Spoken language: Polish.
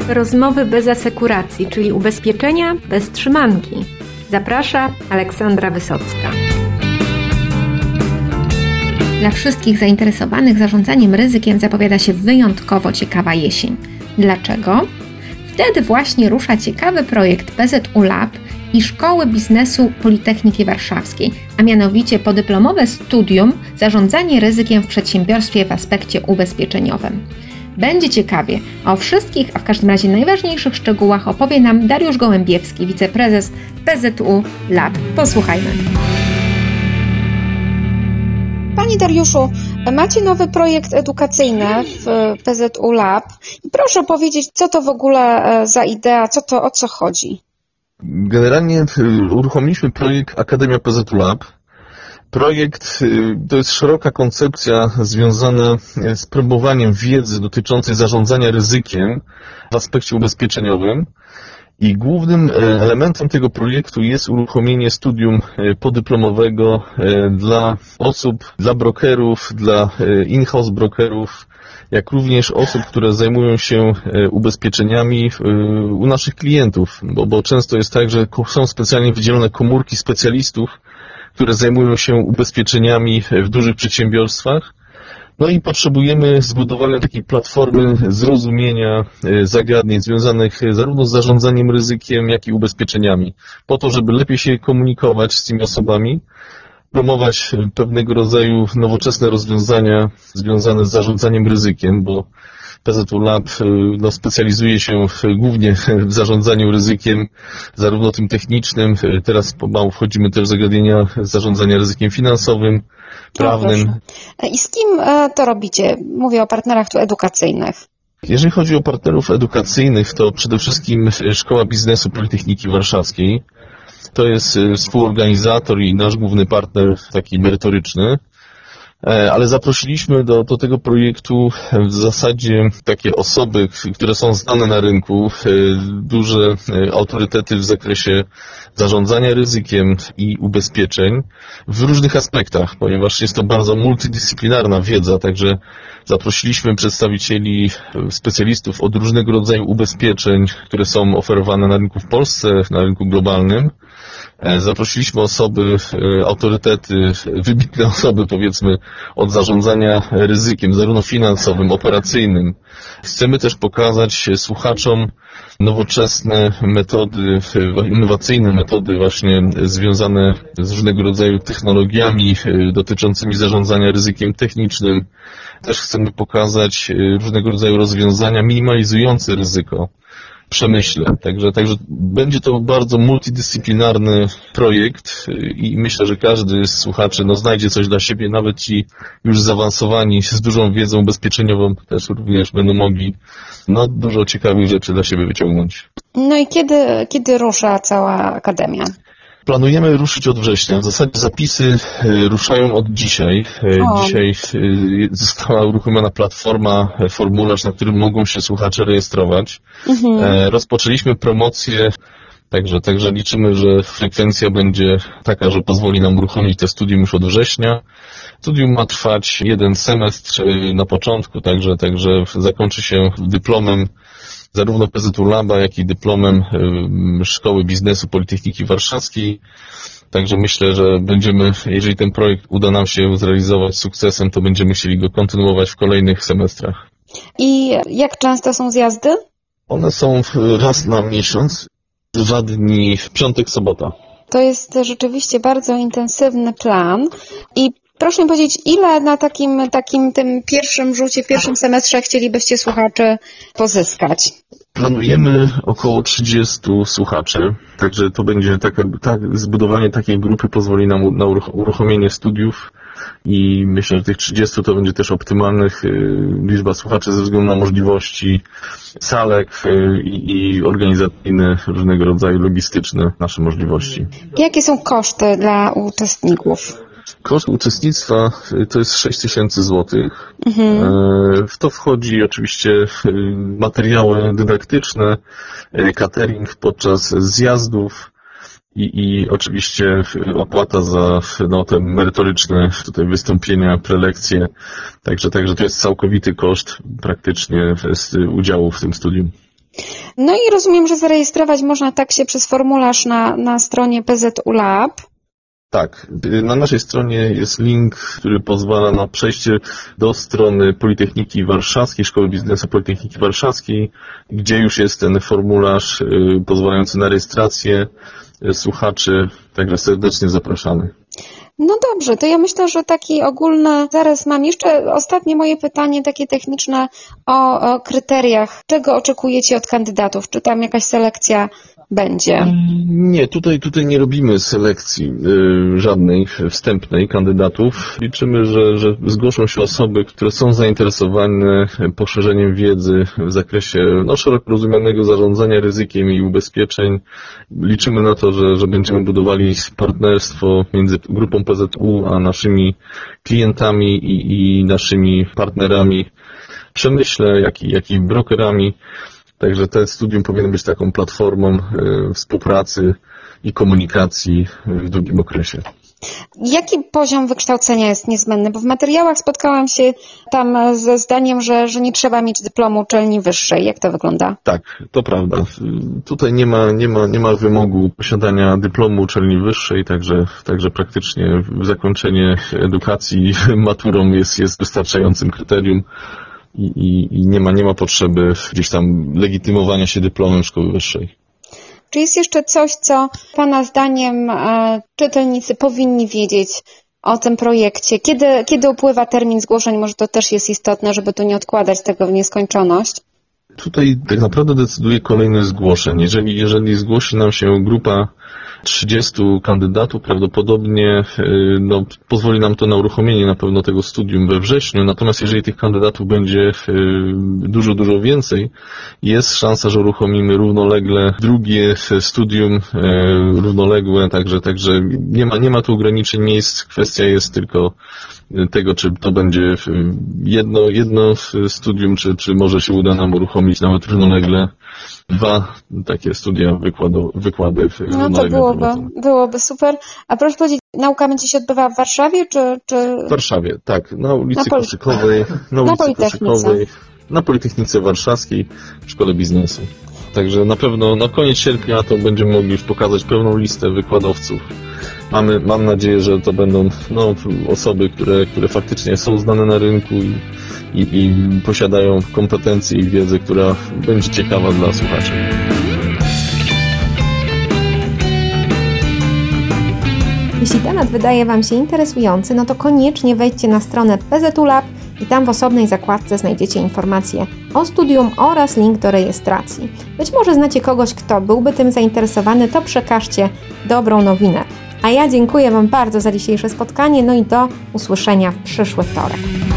Rozmowy bez asekuracji, czyli ubezpieczenia bez trzymanki. Zaprasza Aleksandra Wysocka. Dla wszystkich zainteresowanych zarządzaniem ryzykiem zapowiada się wyjątkowo ciekawa jesień. Dlaczego? Wtedy właśnie rusza ciekawy projekt PZU Lab i Szkoły Biznesu Politechniki Warszawskiej, a mianowicie podyplomowe studium Zarządzanie ryzykiem w przedsiębiorstwie w aspekcie ubezpieczeniowym. Będzie ciekawie, a o wszystkich, a w każdym razie najważniejszych szczegółach opowie nam Dariusz Gołębiewski, wiceprezes PZU Lab. Posłuchajmy. Panie Dariuszu, macie nowy projekt edukacyjny w PZU Lab. Proszę powiedzieć, co to w ogóle za idea, o co chodzi? Generalnie uruchomiliśmy projekt Akademia PZU Lab. Projekt to jest szeroka koncepcja związana z promowaniem wiedzy dotyczącej zarządzania ryzykiem w aspekcie ubezpieczeniowym. I głównym elementem tego projektu jest uruchomienie studium podyplomowego dla osób, dla brokerów, dla in-house brokerów, jak również osób, które zajmują się ubezpieczeniami u naszych klientów, bo często jest tak, że są specjalnie wydzielone komórki specjalistów, które zajmują się ubezpieczeniami w dużych przedsiębiorstwach. No i potrzebujemy zbudowania takiej platformy zrozumienia zagadnień związanych zarówno z zarządzaniem ryzykiem, jak i ubezpieczeniami, po to, żeby lepiej się komunikować z tymi osobami, promować pewnego rodzaju nowoczesne rozwiązania związane z zarządzaniem ryzykiem, bo PZU Lab specjalizuje się głównie w zarządzaniu ryzykiem, zarówno tym technicznym, teraz pomału wchodzimy też w zagadnienia zarządzania ryzykiem finansowym, prawnym. I z kim to robicie? Mówię o partnerach tu edukacyjnych. Jeżeli chodzi o partnerów edukacyjnych, to przede wszystkim Szkoła Biznesu Politechniki Warszawskiej. To jest współorganizator i nasz główny partner taki merytoryczny. Ale zaprosiliśmy do tego projektu w zasadzie takie osoby, które są znane na rynku, duże autorytety w zakresie zarządzania ryzykiem i ubezpieczeń w różnych aspektach, ponieważ jest to bardzo multidyscyplinarna wiedza, także zaprosiliśmy przedstawicieli specjalistów od różnego rodzaju ubezpieczeń, które są oferowane na rynku w Polsce, na rynku globalnym. Zaprosiliśmy osoby, autorytety, wybitne osoby, powiedzmy, od zarządzania ryzykiem, zarówno finansowym, operacyjnym. Chcemy też pokazać słuchaczom nowoczesne metody, innowacyjne metody właśnie związane z różnego rodzaju technologiami dotyczącymi zarządzania ryzykiem technicznym. Też chcemy pokazać różnego rodzaju rozwiązania minimalizujące ryzyko w przemyśle. Także będzie to bardzo multidyscyplinarny projekt i myślę, że każdy z słuchaczy znajdzie coś dla siebie, nawet ci już zaawansowani z dużą wiedzą ubezpieczeniową też również będą mogli dużo ciekawych rzeczy dla siebie wyciągnąć. No i kiedy rusza cała Akademia? Planujemy ruszyć od września. W zasadzie zapisy ruszają od dzisiaj. Dzisiaj została uruchomiona platforma, formularz, na którym mogą się słuchacze rejestrować. Rozpoczęliśmy promocję, także liczymy, że frekwencja będzie taka, że pozwoli nam uruchomić te studium już od września. Studium ma trwać 1 semestr na początku, także zakończy się dyplomem zarówno PZU Laba, jak i dyplomem Szkoły Biznesu Politechniki Warszawskiej. Także myślę, że jeżeli ten projekt uda nam się zrealizować z sukcesem, to będziemy chcieli go kontynuować w kolejnych semestrach. I jak często są zjazdy? One są raz na miesiąc, 2 dni, piątek, sobota. To jest rzeczywiście bardzo intensywny plan i proszę mi powiedzieć, ile na tym pierwszym rzucie, pierwszym semestrze chcielibyście słuchaczy pozyskać? Planujemy około 30 słuchaczy, także to będzie zbudowanie takiej grupy pozwoli nam na uruchomienie studiów i myślę, że tych 30 to będzie też optymalnych liczba słuchaczy ze względu na możliwości salek i organizacyjne, różnego rodzaju logistyczne nasze możliwości. Jakie są koszty dla uczestników? Koszt uczestnictwa to jest 6000 złotych. W to wchodzi oczywiście materiały dydaktyczne, catering podczas zjazdów i oczywiście opłata za te merytoryczne tutaj wystąpienia, prelekcje. Także to jest całkowity koszt praktycznie z udziału w tym studium. No i rozumiem, że zarejestrować można tak się przez formularz na stronie PZU Lab. Tak, na naszej stronie jest link, który pozwala na przejście do strony Politechniki Warszawskiej, Szkoły Biznesu Politechniki Warszawskiej, gdzie już jest ten formularz pozwalający na rejestrację słuchaczy, także serdecznie zapraszamy. No dobrze, to ja myślę, że taki ogólny zarys mam. Jeszcze ostatnie moje pytanie, takie techniczne o kryteriach. Czego oczekujecie od kandydatów? Czy tam jakaś selekcja będzie? Nie, tutaj nie robimy selekcji żadnej wstępnej kandydatów. Liczymy, że zgłoszą się osoby, które są zainteresowane poszerzeniem wiedzy w zakresie szeroko rozumianego zarządzania ryzykiem i ubezpieczeń. Liczymy na to, że będziemy budowali partnerstwo między grupą PZU a naszymi klientami i naszymi partnerami w przemyśle, jak i brokerami. Także to studium powinno być taką platformą współpracy i komunikacji w długim okresie. Jaki poziom wykształcenia jest niezbędny? Bo w materiałach spotkałam się tam ze zdaniem, że nie trzeba mieć dyplomu uczelni wyższej. Jak to wygląda? Tak, to prawda. Tutaj nie ma wymogu posiadania dyplomu uczelni wyższej, także praktycznie zakończenie edukacji maturą jest wystarczającym kryterium. I nie ma potrzeby gdzieś tam legitymowania się dyplomem szkoły wyższej. Czy jest jeszcze coś, co Pana zdaniem czytelnicy powinni wiedzieć o tym projekcie? Kiedy upływa termin zgłoszeń? Może to też jest istotne, żeby tu nie odkładać tego w nieskończoność? Tutaj tak naprawdę decyduje kolejność zgłoszeń. Jeżeli zgłosi nam się grupa 30 kandydatów, prawdopodobnie pozwoli nam to na uruchomienie na pewno tego studium we wrześniu, natomiast jeżeli tych kandydatów będzie dużo więcej, jest szansa, że uruchomimy równolegle drugie studium równoległe, także nie ma tu ograniczeń miejsc, kwestia jest tylko tego, czy to będzie jedno studium, czy może się uda nam uruchomić nawet równolegle 2 takie studia, wykłady. No to byłoby super. A proszę powiedzieć, nauka będzie się odbywała w Warszawie, czy... W Warszawie, tak. Na ulicy Koszykowej, na Politechnice Warszawskiej, w Szkole Biznesu. Także na pewno na koniec sierpnia to będziemy mogli już pokazać pełną listę wykładowców. Mam nadzieję, że to będą osoby, które faktycznie są znane na rynku i posiadają kompetencje i wiedzę, która będzie ciekawa dla słuchaczy. Jeśli temat wydaje Wam się interesujący, no to koniecznie wejdźcie na stronę PZU Lab i tam w osobnej zakładce znajdziecie informacje o studium oraz link do rejestracji. Być może znacie kogoś, kto byłby tym zainteresowany, to przekażcie dobrą nowinę. A ja dziękuję Wam bardzo za dzisiejsze spotkanie, no i do usłyszenia w przyszły wtorek.